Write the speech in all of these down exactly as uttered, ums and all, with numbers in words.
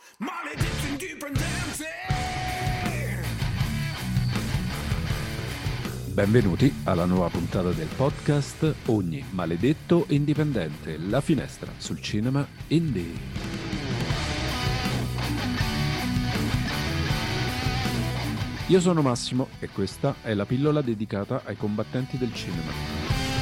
Maledetto indipendente! Benvenuti alla nuova puntata del podcast Ogni maledetto indipendente, la finestra sul cinema indie. Io sono Massimo e questa è la pillola dedicata ai combattenti del cinema.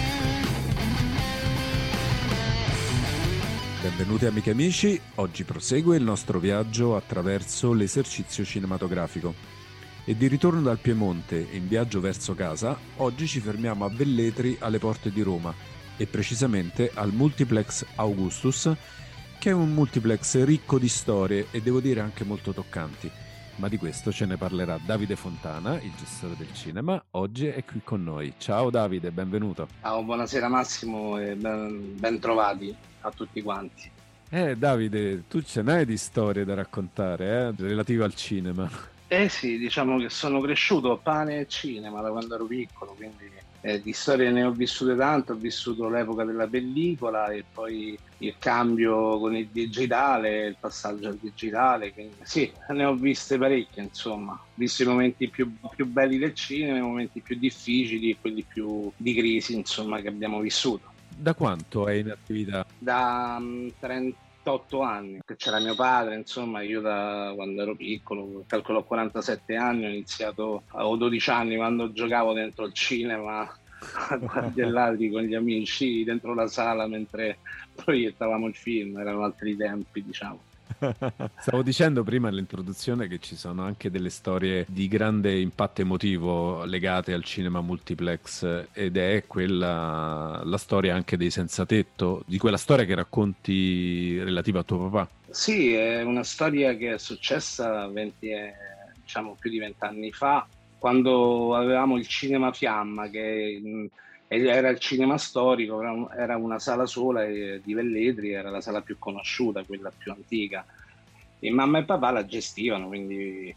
Benvenuti amiche e amici, oggi prosegue il nostro viaggio attraverso l'esercizio cinematografico. E di ritorno dal Piemonte in viaggio verso casa, oggi ci fermiamo a Velletri alle porte di Roma e precisamente al Multiplex Augustus, che è un multiplex ricco di storie e devo dire anche molto toccanti. Ma di questo ce ne parlerà Davide Fontana, il gestore del cinema, oggi è qui con noi. Ciao Davide, benvenuto. Ciao, buonasera Massimo e ben, ben trovati a tutti quanti. Eh Davide, tu ce n'hai di storie da raccontare, eh, relative al cinema. Eh sì, diciamo che sono cresciuto a pane e cinema da quando ero piccolo, quindi eh, di storie ne ho vissute tante, ho vissuto l'epoca della pellicola e poi il cambio con il digitale, il passaggio al digitale, quindi sì, ne ho viste parecchie, insomma, ho visto i momenti più, più belli del cinema, i momenti più difficili e quelli più di crisi, insomma, che abbiamo vissuto. Da quanto è in attività? Da um, trentotto anni, che c'era mio padre, insomma, io da quando ero piccolo, calcolo quarantasette anni, ho iniziato, avevo dodici anni quando giocavo dentro il cinema a guardiellati con gli amici dentro la sala mentre proiettavamo il film, erano altri tempi, diciamo. Stavo dicendo prima nell'introduzione che ci sono anche delle storie di grande impatto emotivo legate al cinema multiplex ed è quella la storia anche dei Senza Tetto, di quella storia che racconti relativa a tuo papà. Sì, è una storia che è successa venti, eh, diciamo più di vent'anni fa, quando avevamo il Cinema Fiamma, che mh, era il cinema storico, era una sala sola di Velletri, era la sala più conosciuta, quella più antica. E mamma e papà la gestivano, quindi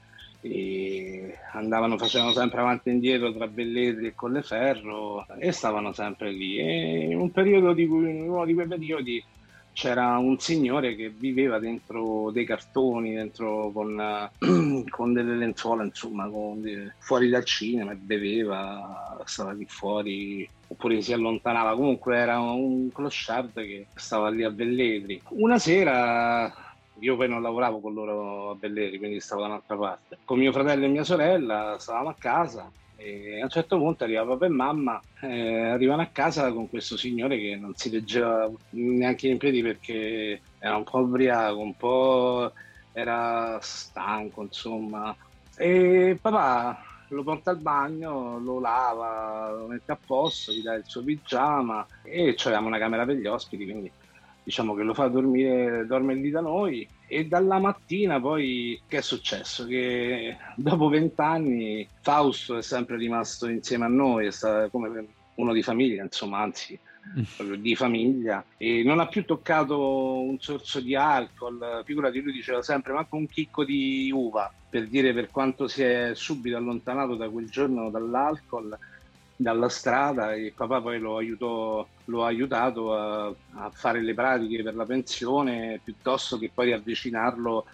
e andavano, facevano sempre avanti e indietro tra Velletri e Colleferro e stavano sempre lì. E in un periodo di cui, in uno di quei periodi c'era un signore che viveva dentro dei cartoni, dentro con, con delle lenzuola, insomma, con de- fuori dal cinema, e beveva, stava lì fuori, oppure si allontanava. Comunque era un clochard che stava lì a Velletri. Una sera, io poi non lavoravo con loro a Velletri, quindi stavo da un'altra parte, con mio fratello e mia sorella stavamo a casa. E a un certo punto arriva papà e mamma, eh, arrivano a casa con questo signore che non si leggeva neanche in piedi perché era un po' ubriaco, un po' era stanco, insomma. E papà lo porta al bagno, lo lava, lo mette a posto, gli dà il suo pigiama e avevamo una camera per gli ospiti, quindi diciamo che lo fa dormire, dorme lì da noi. E dalla mattina poi che è successo? Che dopo vent'anni Fausto è sempre rimasto insieme a noi, è stato come uno di famiglia, insomma, anzi proprio di famiglia, e non ha più toccato un sorso di alcol. Figurati, lui diceva sempre manco un chicco di uva, per dire per quanto si è subito allontanato da quel giorno dall'alcol, dalla strada, e papà poi lo aiutò, lo ha aiutato a, a fare le pratiche per la pensione piuttosto che poi avvicinarlo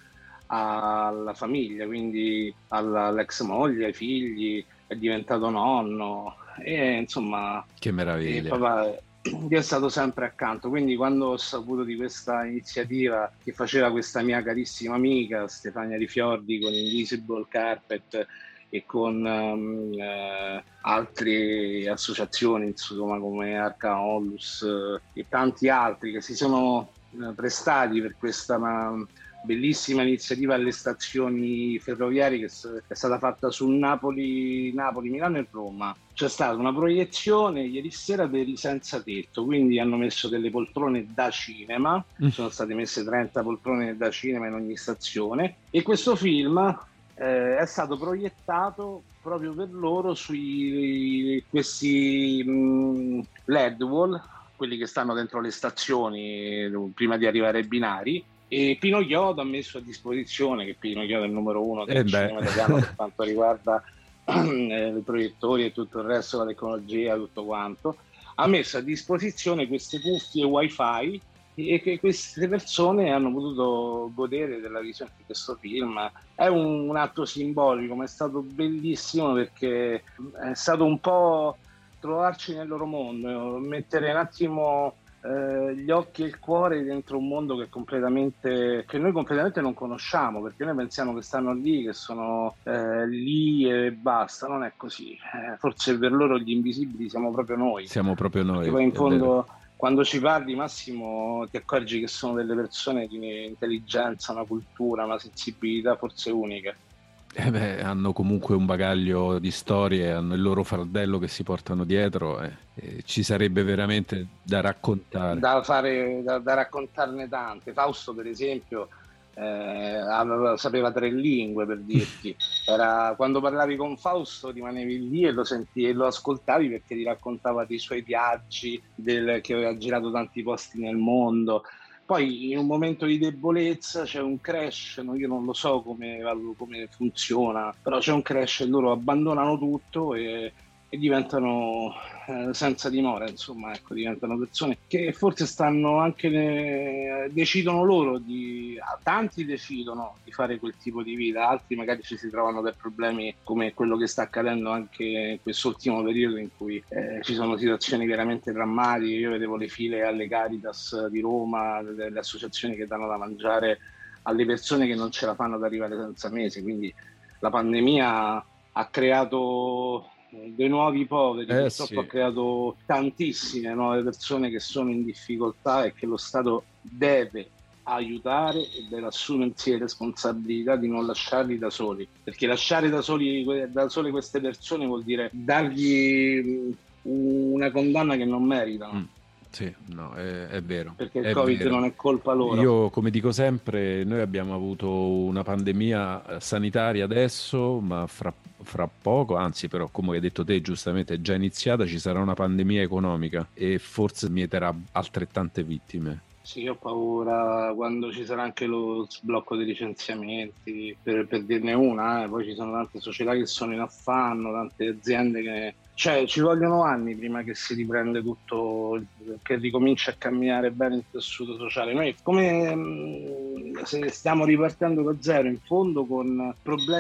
alla famiglia, quindi alla, all'ex moglie, ai figli, è diventato nonno e insomma Che meraviglia. e papà gli è stato sempre accanto. Quindi quando ho saputo di questa iniziativa che faceva questa mia carissima amica Stefania Rifiordi con Invisible Carpet e con um, eh, altre associazioni, insomma, come Arca Onlus eh, e tanti altri che si sono eh, prestati per questa ma, bellissima iniziativa alle stazioni ferroviarie, che è stata fatta su Napoli, Napoli, Milano e Roma. C'è stata una proiezione ieri sera per i Senza Tetto, quindi hanno messo delle poltrone da cinema, mm. sono state messe trenta poltrone da cinema in ogni stazione, e questo film Eh, è stato proiettato proprio per loro sui questi mh, L E D wall, quelli che stanno dentro le stazioni prima di arrivare ai binari, e Pino Chiodo ha messo a disposizione, che Pino Chiodo è il numero uno del eh cinema italiano per quanto riguarda eh, i proiettori e tutto il resto, la tecnologia, tutto quanto, ha messo a disposizione queste cuffie wifi e che queste persone hanno potuto godere della visione di questo film. È un, un atto simbolico, ma è stato bellissimo perché è stato un po' trovarci nel loro mondo, mettere un attimo eh, gli occhi e il cuore dentro un mondo che completamente che noi completamente non conosciamo, perché noi pensiamo che stanno lì, che sono eh, lì e basta. Non è così. Eh, forse per loro gli invisibili siamo proprio noi, Siamo proprio perché noi, poi in è vero. fondo quando ci parli, Massimo, ti accorgi che sono delle persone di un'intelligenza, una cultura, una sensibilità forse uniche. Eh beh, hanno comunque un bagaglio di storie, hanno il loro fardello che si portano dietro e, e ci sarebbe veramente da raccontare. Da fare, da, da raccontarne tante. Fausto, per esempio, eh, aveva- sapeva tre lingue, per dirti. Era, quando parlavi con Fausto rimanevi lì e lo senti e lo ascoltavi perché ti raccontava dei suoi viaggi, del, che aveva girato tanti posti nel mondo. Poi in un momento di debolezza c'è un crash, no? Io non lo so come, come funziona, però c'è un crash e loro abbandonano tutto e, e diventano eh, senza dimora, insomma, ecco, diventano persone che forse stanno anche, ne- decidono loro, di, ah, tanti decidono di fare quel tipo di vita, altri magari ci si trovano per problemi come quello che sta accadendo anche in quest'ultimo periodo in cui eh, ci sono situazioni veramente drammatiche. Io vedevo le file alle Caritas di Roma, le, le associazioni che danno da mangiare alle persone che non ce la fanno ad arrivare senza mesi, quindi la pandemia ha creato dei nuovi poveri, Eh purtroppo ha sì, creato tantissime nuove persone che sono in difficoltà e che lo Stato deve aiutare e deve assumersi le responsabilità di non lasciarli da soli, perché lasciare da soli da sole queste persone vuol dire dargli mh, una condanna che non meritano, mm, sì, no, è, è vero, perché il è Covid vero. non è colpa loro. Io, come dico sempre, noi abbiamo avuto una pandemia eh, sanitaria adesso, ma fra, fra poco, anzi però, come hai detto te, giustamente è già iniziata, ci sarà una pandemia economica e forse mieterà altrettante vittime. Sì, io ho paura quando ci sarà anche lo sblocco dei licenziamenti, per, per dirne una, eh. Poi ci sono tante società che sono in affanno, tante aziende che... Cioè, ci vogliono anni prima che si riprende tutto, che ricomincia a camminare bene il tessuto sociale. Noi come mh, se stiamo ripartendo da zero, in fondo, con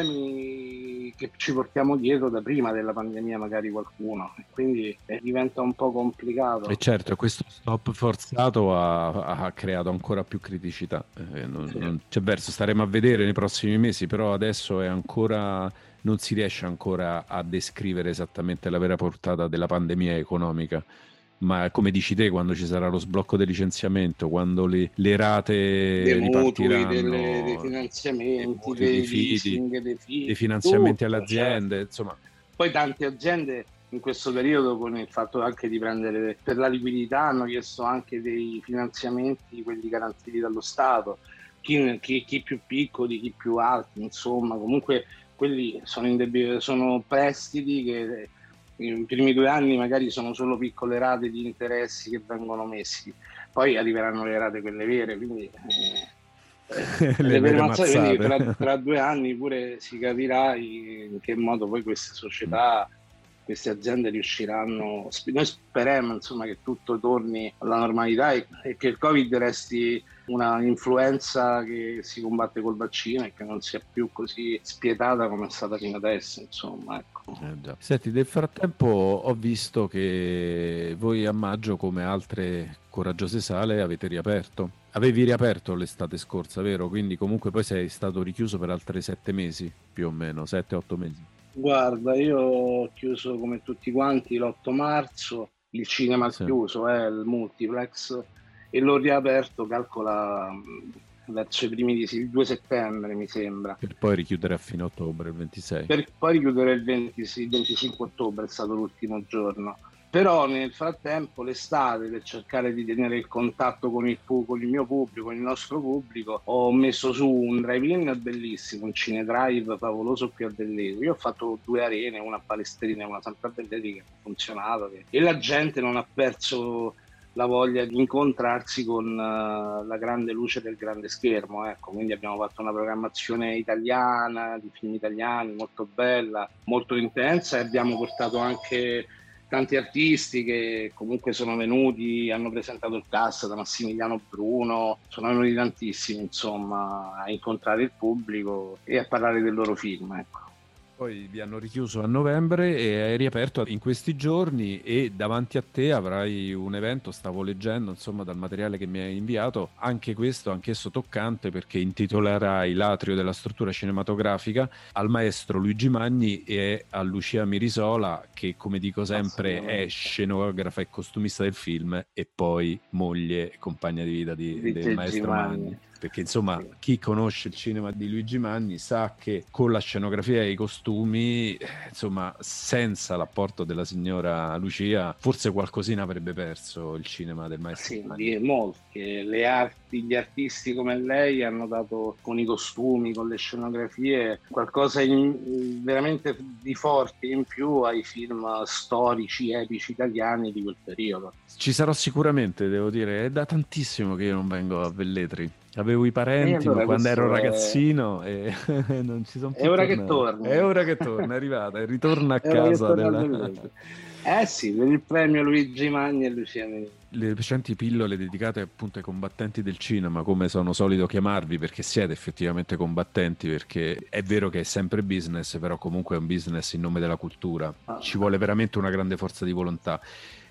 problemi che ci portiamo dietro da prima della pandemia, magari qualcuno, e quindi eh, diventa un po' E complicato. certo, questo stop forzato ha, ha creato ancora più criticità. Eh, non, Sì. non c'è verso, staremo a vedere nei prossimi mesi, però adesso è ancora, non si riesce ancora a descrivere esattamente la vera portata della pandemia economica. Ma come dici te, quando ci sarà lo sblocco del licenziamento, quando le, le Dei rate mutui, delle- dei ripartiranno, dei finanziamenti, mutui, dei dei fidi, leasing, dei dei fidi, finanziamenti alle tutto, aziende, certo. insomma, Poi tante aziende in questo periodo, con il fatto anche di prendere per la liquidità, hanno chiesto anche dei finanziamenti, quelli garantiti dallo Stato, chi, chi- chi più piccoli, chi più alti, insomma, comunque quelli sono, indebi- sono prestiti che nei primi due anni magari sono solo piccole rate di interessi che vengono messi, poi arriveranno le rate quelle vere, quindi eh, eh, le le vere vere mazzate, quindi tra, mazzate. tra due anni pure si capirà in che modo poi queste società, queste aziende riusciranno. sp- Noi speriamo insomma che tutto torni alla normalità e, e che il Covid resti una influenza che si combatte col vaccino e che non sia più così spietata come è stata fino adesso, insomma, ecco. Eh già. Senti, nel frattempo ho visto che voi a maggio, come altre coraggiose sale, avete riaperto. Avevi riaperto l'estate scorsa, vero? Quindi comunque poi sei stato richiuso per altri sette mesi, più o meno, sette otto mesi. Guarda, io ho chiuso come tutti quanti l'otto marzo, il cinema è Sì. chiuso, eh, il multiplex, e l'ho riaperto, calcola, mh, verso i primi di il due settembre, mi sembra, Per poi richiudere a fine ottobre, il ventisei. per poi richiudere il venti, sì, il venticinque ottobre, è stato l'ultimo giorno. Però nel frattempo, l'estate, per cercare di tenere il contatto con il, pu- con il mio pubblico, con il nostro pubblico, ho messo su un drive-in bellissimo, un cinedrive favoloso qui a Velletri. Io ho fatto due arene, una a Palestrina e una sempre a Velletri, che ha funzionato, che- e la gente non ha perso la voglia di incontrarsi con eh, la grande luce del grande schermo, ecco. Quindi abbiamo fatto una programmazione italiana, di film italiani, molto bella, molto intensa, e abbiamo portato anche tanti artisti che comunque sono venuti, hanno presentato il cast, da Massimiliano Bruno, sono venuti tantissimi insomma a incontrare il pubblico e a parlare del loro film, ecco. Poi vi hanno richiuso a novembre e hai riaperto in questi giorni, e davanti a te avrai un evento, stavo leggendo insomma dal materiale che mi hai inviato, anche questo, anch'esso toccante, perché intitolerai l'atrio della struttura cinematografica al maestro Luigi Magni e a Lucia Mirisola, che come dico sempre è scenografa e costumista del film e poi moglie e compagna di vita di, Di del maestro Magni. Magni. Perché insomma chi conosce il cinema di Luigi Magni sa che con la scenografia e i costumi, eh, insomma, senza l'apporto della signora Lucia forse qualcosina avrebbe perso il cinema del maestro Sì, Magni. di molti. Le arti, gli artisti come lei hanno dato con i costumi, con le scenografie, qualcosa in, veramente di forte in più ai film storici, epici italiani di quel periodo. Ci sarò sicuramente, devo dire, è da tantissimo che io non vengo a Velletri. Avevo i parenti allora quando ero questo è- ragazzino e non ci sono più È ora che tornato. torna. È ora che torna, è arrivata, è ritorno a È ora che casa torna a della... Velletri. Eh sì, per il premio Luigi Magni e Lucia Mirisola. Le recenti pillole dedicate appunto ai combattenti del cinema, come sono solito chiamarvi, perché siete effettivamente combattenti, perché è vero che è sempre business, però comunque è un business in nome della cultura. Ci vuole veramente una grande forza di volontà.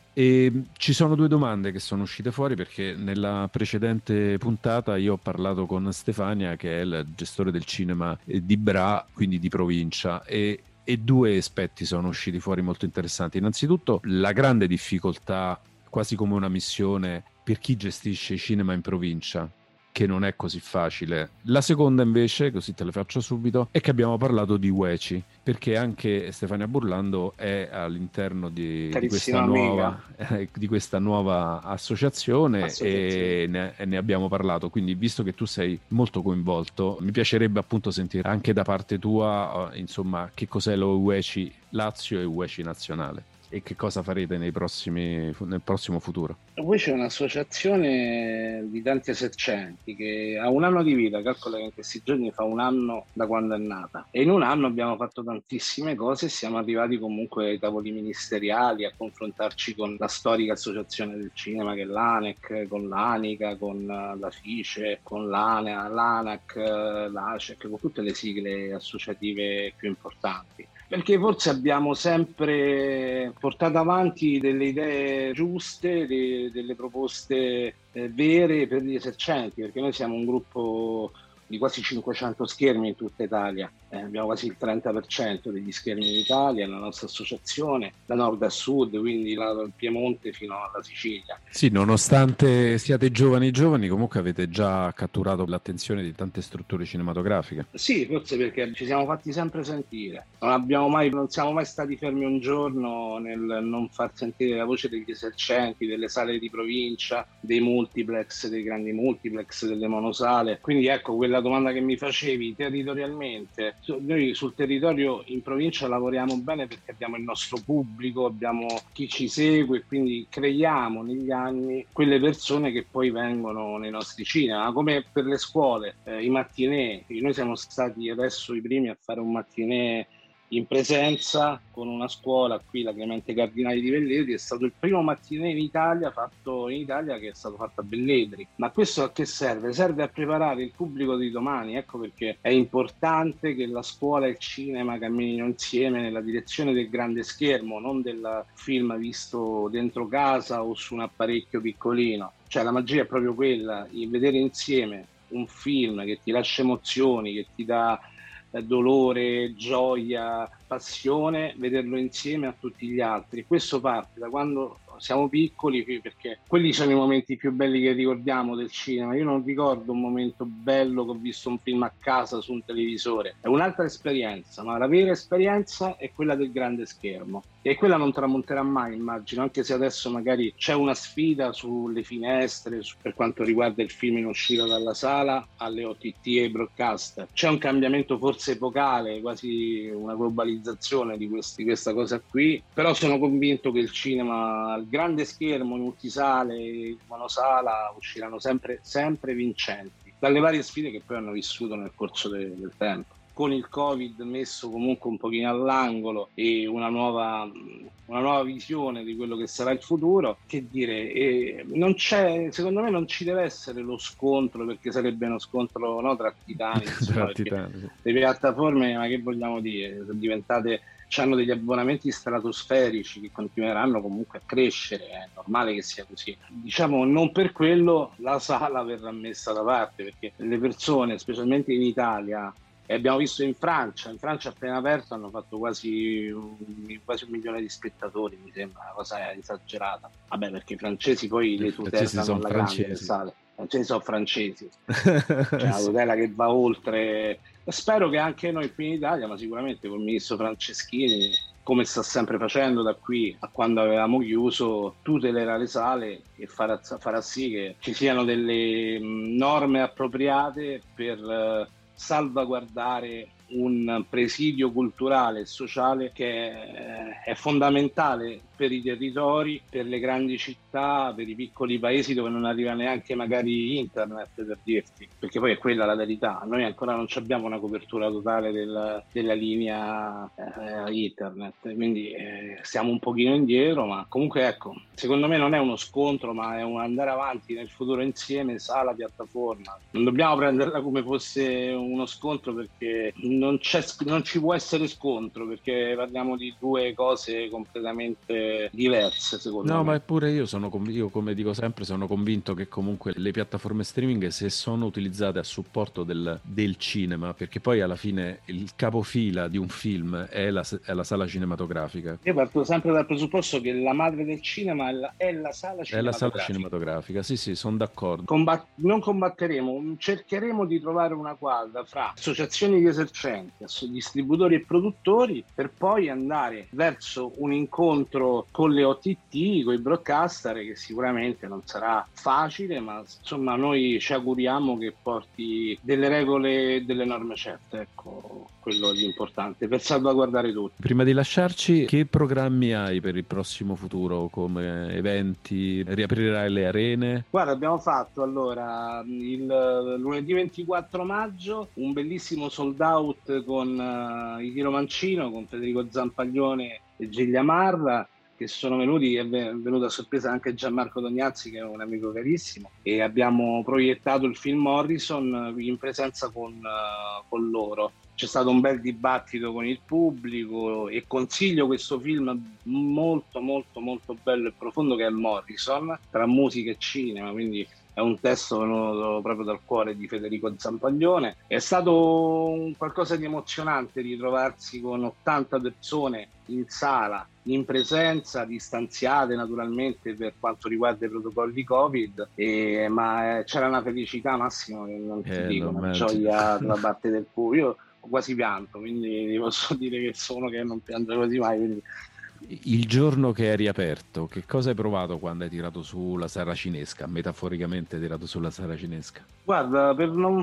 E ci sono due domande che sono uscite fuori, perché nella precedente puntata io ho parlato con Stefania, che è il gestore del cinema di Bra, quindi di provincia, e, e due aspetti sono usciti fuori molto interessanti. Innanzitutto la grande difficoltà, quasi come una missione, per chi gestisce i cinema in provincia, che non è così facile. La seconda invece, così te le faccio subito, è che abbiamo parlato di U E C I, perché anche Stefania Burlando è all'interno di, di, questa, nuova, eh, di questa nuova associazione, associazione. E, ne, e ne abbiamo parlato. Quindi, visto che tu sei molto coinvolto, mi piacerebbe appunto sentire anche da parte tua, uh, insomma, che cos'è lo U E C I Lazio e U E C I Nazionale, e che cosa farete nei prossimi, nel prossimo futuro. Poi c'è un'associazione di tanti esercenti che ha un anno di vita, calcola che in questi giorni fa un anno da quando è nata, e in un anno abbiamo fatto tantissime cose e siamo arrivati comunque ai tavoli ministeriali a confrontarci con la storica associazione del cinema che è l'ANEC, con l'ANICA, con la FICE, con l'ANEA, l'ANAC, l'ACEC, con tutte le sigle associative più importanti. Perché forse abbiamo sempre portato avanti delle idee giuste, de, delle proposte eh, vere per gli esercenti, perché noi siamo un gruppo di quasi cinquecento schermi in tutta Italia, eh, abbiamo quasi il trenta per cento degli schermi in Italia, la nostra associazione, da nord a sud, quindi dal Piemonte fino alla Sicilia. Sì, nonostante siate giovani giovani, comunque avete già catturato l'attenzione di tante strutture cinematografiche. Sì, forse perché ci siamo fatti sempre sentire, non abbiamo mai, non siamo mai stati fermi un giorno nel non far sentire la voce degli esercenti, delle sale di provincia, dei multiplex, dei grandi multiplex, delle monosale. Quindi ecco, quella la domanda che mi facevi territorialmente, noi sul territorio in provincia lavoriamo bene perché abbiamo il nostro pubblico, abbiamo chi ci segue, quindi creiamo negli anni quelle persone che poi vengono nei nostri cinema, come per le scuole, eh, i mattinè. Noi siamo stati adesso i primi a fare un mattinè in presenza con una scuola qui, la Clemente Cardinali di Velletri. È stato il primo mattinè in Italia fatto in Italia che è stato fatto a Velletri. Ma questo a che serve? Serve a preparare il pubblico di domani. Ecco perché è importante che la scuola e il cinema camminino insieme nella direzione del grande schermo, non del film visto dentro casa o su un apparecchio piccolino. Cioè la magia è proprio quella, di vedere insieme un film che ti lascia emozioni, che ti dà dolore, gioia, passione, vederlo insieme a tutti gli altri. Questo parte da quando siamo piccoli, perché quelli sono i momenti più belli che ricordiamo del cinema. Io non ricordo un momento bello che ho visto un film a casa su un televisore, è un'altra esperienza, ma la vera esperienza è quella del grande schermo, e quella non tramonterà mai, immagino, anche se adesso magari c'è una sfida sulle finestre su, per quanto riguarda il film in uscita dalla sala alle O T T e ai broadcaster. C'è un cambiamento forse epocale, quasi una globalizzazione di, questi, di questa cosa qui, però sono convinto che il cinema al grande schermo, in multisale, in monosala, usciranno sempre, sempre vincenti dalle varie sfide che poi hanno vissuto nel corso de, del tempo. con il Covid messo comunque un pochino all'angolo e una nuova, una nuova visione di quello che sarà il futuro, che dire, e non c'è, secondo me non ci deve essere lo scontro, perché sarebbe uno scontro, no, tra titani, insomma, Tra titani, sì. Le piattaforme, ma che vogliamo dire, sono diventate, hanno degli abbonamenti stratosferici che continueranno comunque a crescere, è normale che sia così. Diciamo, non per quello la sala verrà messa da parte, perché le persone, specialmente in Italia, e abbiamo visto in Francia, in Francia appena aperto hanno fatto quasi un, quasi un milione di spettatori, mi sembra una cosa esagerata. Vabbè, perché i francesi poi le tutelano alla grande, le sale. I francesi sono francesi, c'è una tutela che va oltre. Spero che anche noi qui in Italia, ma sicuramente col ministro Franceschini, come sta sempre facendo da qui a quando avevamo chiuso, tutelerà le sale e farà, farà sì che ci siano delle norme appropriate per uh, salvaguardare un presidio culturale e sociale che è, è fondamentale per i territori, per le grandi città, per i piccoli paesi dove non arriva neanche magari internet, per dirti, perché poi è quella la verità. Noi ancora non abbiamo una copertura totale del, della linea eh, internet, quindi eh, stiamo un pochino indietro, ma comunque ecco, secondo me non è uno scontro, ma è un andare avanti nel futuro insieme, sala, piattaforma. Non dobbiamo prenderla come fosse uno scontro, perché non, c'è, non ci può essere scontro, perché parliamo di due cose completamente diverse, secondo no, me. ma eppure io sono convinto, io come dico sempre, sono convinto che comunque le piattaforme streaming, se sono utilizzate a supporto del, del cinema, perché poi alla fine il capofila di un film è la, è la sala cinematografica. Io parto sempre dal presupposto che la madre del cinema è la, è la sala cinematografica. È la sala cinematografica, sì sì, sono d'accordo. Combat- non combatteremo, cercheremo di trovare una quadra fra associazioni di esercenti, distributori e produttori, per poi andare verso un incontro con le O T T, con i broadcaster, che sicuramente non sarà facile, ma insomma noi ci auguriamo che porti delle regole e delle norme certe, ecco, quello è l'importante, per salvaguardare tutti. Prima di lasciarci, che programmi hai per il prossimo futuro, come eventi? Riaprirai le arene? Guarda, abbiamo fatto allora il lunedì ventiquattro maggio un bellissimo sold out con uh, il Tiro Mancino, con Federico Zampaglione e Giglia Marra, che sono venuti, è venuto a sorpresa anche Gianmarco Tognazzi, che è un amico carissimo, e abbiamo proiettato il film Morrison in presenza con, uh, con loro. C'è stato un bel dibattito con il pubblico e consiglio questo film molto molto molto bello e profondo, che è Morrison, tra musica e cinema, quindi è un testo venuto proprio dal cuore di Federico Zampaglione. È stato un qualcosa di emozionante ritrovarsi con ottanta persone in sala, in presenza, distanziate naturalmente per quanto riguarda i protocolli Covid, e, ma eh, c'era una felicità, Massimo, che non ti Eh, dico, non una mezzo. gioia da parte del pubblico. Io ho quasi pianto, quindi ti posso dire che sono che non piange quasi mai, quindi. Il giorno che hai riaperto, che cosa hai provato quando hai tirato sulla saracinesca? Metaforicamente hai tirato sulla saracinesca. Guarda, per non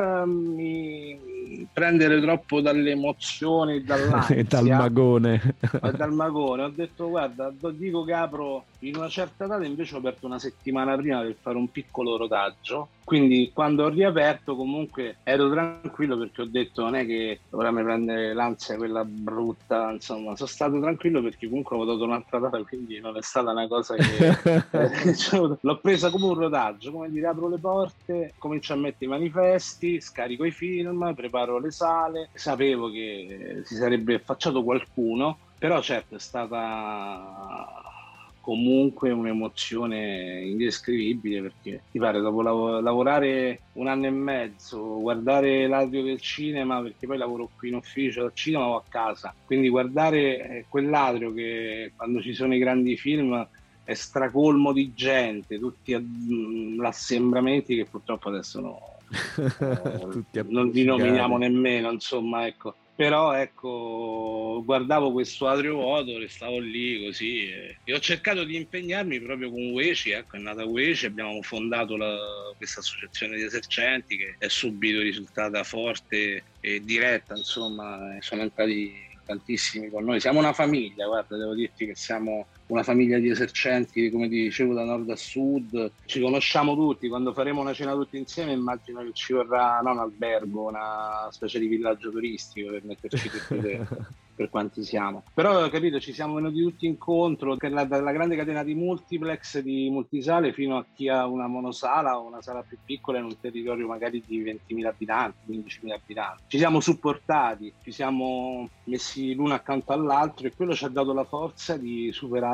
farmi prendere troppo dalle emozioni e dall'ansia, Dal magone. dal magone, ho detto guarda, dico che apro in una certa data, invece ho aperto una settimana prima per fare un piccolo rodaggio, quindi quando ho riaperto comunque ero tranquillo, perché ho detto non è che ora mi prende l'ansia quella brutta, insomma sono stato tranquillo perché comunque ho dato un'altra data, quindi non è stata una cosa che eh, cioè, l'ho presa come un rodaggio, come dire apro le porte, comincio a mettere i manifesti, scarico i film, preparo le sale, sapevo che si sarebbe affacciato qualcuno, però certo è stata comunque un'emozione indescrivibile, perché ti pare dopo lav- lavorare un anno e mezzo, guardare l'audio del cinema, perché poi lavoro qui in ufficio al cinema o a casa, quindi guardare quell'audio che quando ci sono i grandi film è stracolmo di gente, tutti mm, l'assembramenti che purtroppo adesso no, eh, non li nominiamo nemmeno, insomma, ecco. Però ecco, guardavo questo atrio vuoto, restavo lì così e, e ho cercato di impegnarmi proprio con U E C I, ecco, è nata U E C I, abbiamo fondato la, questa associazione di esercenti che è subito risultata forte e diretta, insomma, sono entrati tantissimi con noi, siamo una famiglia, guarda, devo dirti che siamo una famiglia di esercenti, come ti dicevo, da nord a sud, ci conosciamo tutti, quando faremo una cena tutti insieme immagino che ci vorrà non un albergo, una specie di villaggio turistico per metterci tutti per, per quanti siamo. Però capito, ci siamo venuti tutti incontro, dalla, dalla grande catena di multiplex, di multisale, fino a chi ha una monosala o una sala più piccola in un territorio magari di ventimila abitanti, quindicimila abitanti. Ci siamo supportati, ci siamo messi l'uno accanto all'altro e quello ci ha dato la forza di superare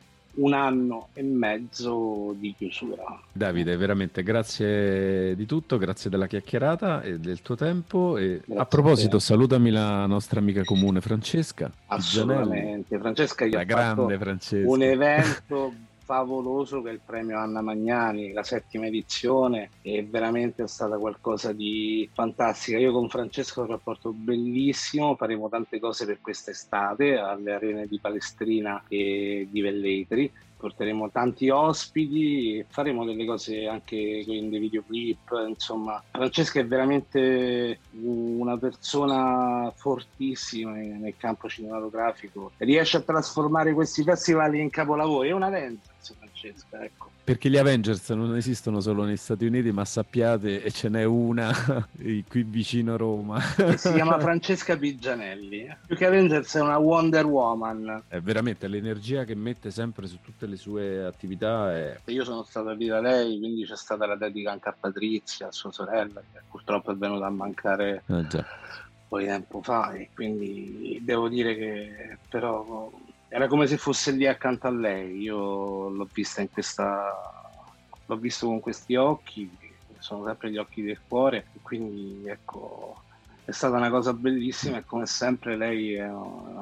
un anno e mezzo di chiusura. Davide, veramente grazie di tutto, grazie della chiacchierata e del tuo tempo. E a proposito, salutami la nostra amica comune Francesca. Assolutamente, Francesca, io la ho grande fatto Francesca. un evento favoloso che è il premio Anna Magnani, la settima edizione, e veramente è stata qualcosa di fantastica. Io con Francesco ho un rapporto bellissimo, faremo tante cose per quest'estate alle arene di Palestrina e di Velletri, porteremo tanti ospiti e faremo delle cose anche con dei videoclip. Insomma, Francesca è veramente una persona fortissima nel campo cinematografico, riesce a trasformare questi festival in capolavori. È una Avengers, Francesca, ecco. Perché gli Avengers non esistono solo negli Stati Uniti, ma sappiate, e ce n'è una qui vicino Roma. Che si chiama Francesca Pigianelli. Più che Avengers è una Wonder Woman. È veramente l'energia che mette sempre su tutte le sue attività. È... Io sono stato lì da lei, quindi c'è stata la dedica anche a Patrizia, a sua sorella, che purtroppo è venuta a mancare ah, già. un po' di tempo fa, e quindi devo dire che però era come se fosse lì accanto a lei. Io l'ho vista in questa, l'ho visto con questi occhi, sono sempre gli occhi del cuore, e quindi ecco, è stata una cosa bellissima, e come sempre lei è,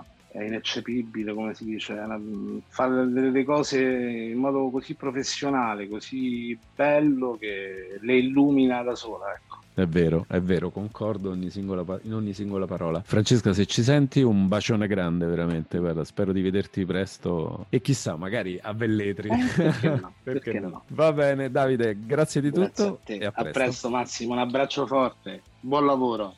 è ineccepibile, come si dice, una, fa delle cose in modo così professionale, così bello, che le illumina da sola, ecco. È vero, è vero, concordo ogni singola, in ogni singola parola. Francesca, se ci senti, un bacione grande, veramente, guarda, spero di vederti presto e chissà, magari a Velletri. Eh, perché no? Perché perché no? no? Va bene, Davide, grazie di Grazie tutto a te. e a presto. A presto Massimo, un abbraccio forte, buon lavoro.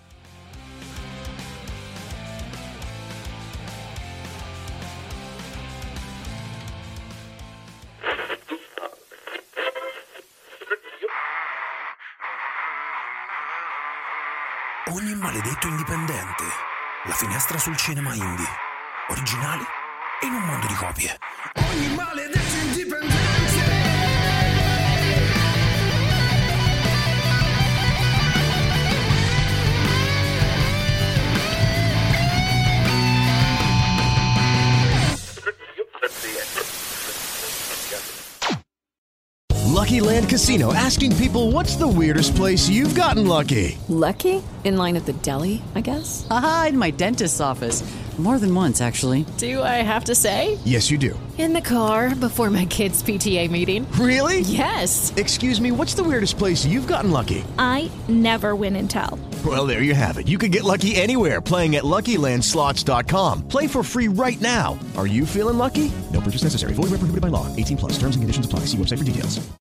Ogni maledetto indipendente. La finestra sul cinema indie. Originali in un mondo di copie. Ogni maledetto indipendente. Lucky Land Casino, asking people, what's the weirdest place you've gotten lucky? Lucky? In line at the deli, I guess? Aha, in my dentist's office. More than once, actually. Do I have to say? Yes, you do. In the car before my kids' P T A meeting. Really? Yes. Excuse me, what's the weirdest place you've gotten lucky? I never win and tell. Well, there you have it. You can get lucky anywhere, playing at Lucky Land Slots dot com. Play for free right now. Are you feeling lucky? No purchase necessary. Void where prohibited by law. eighteen plus. Terms and conditions apply. See website for details.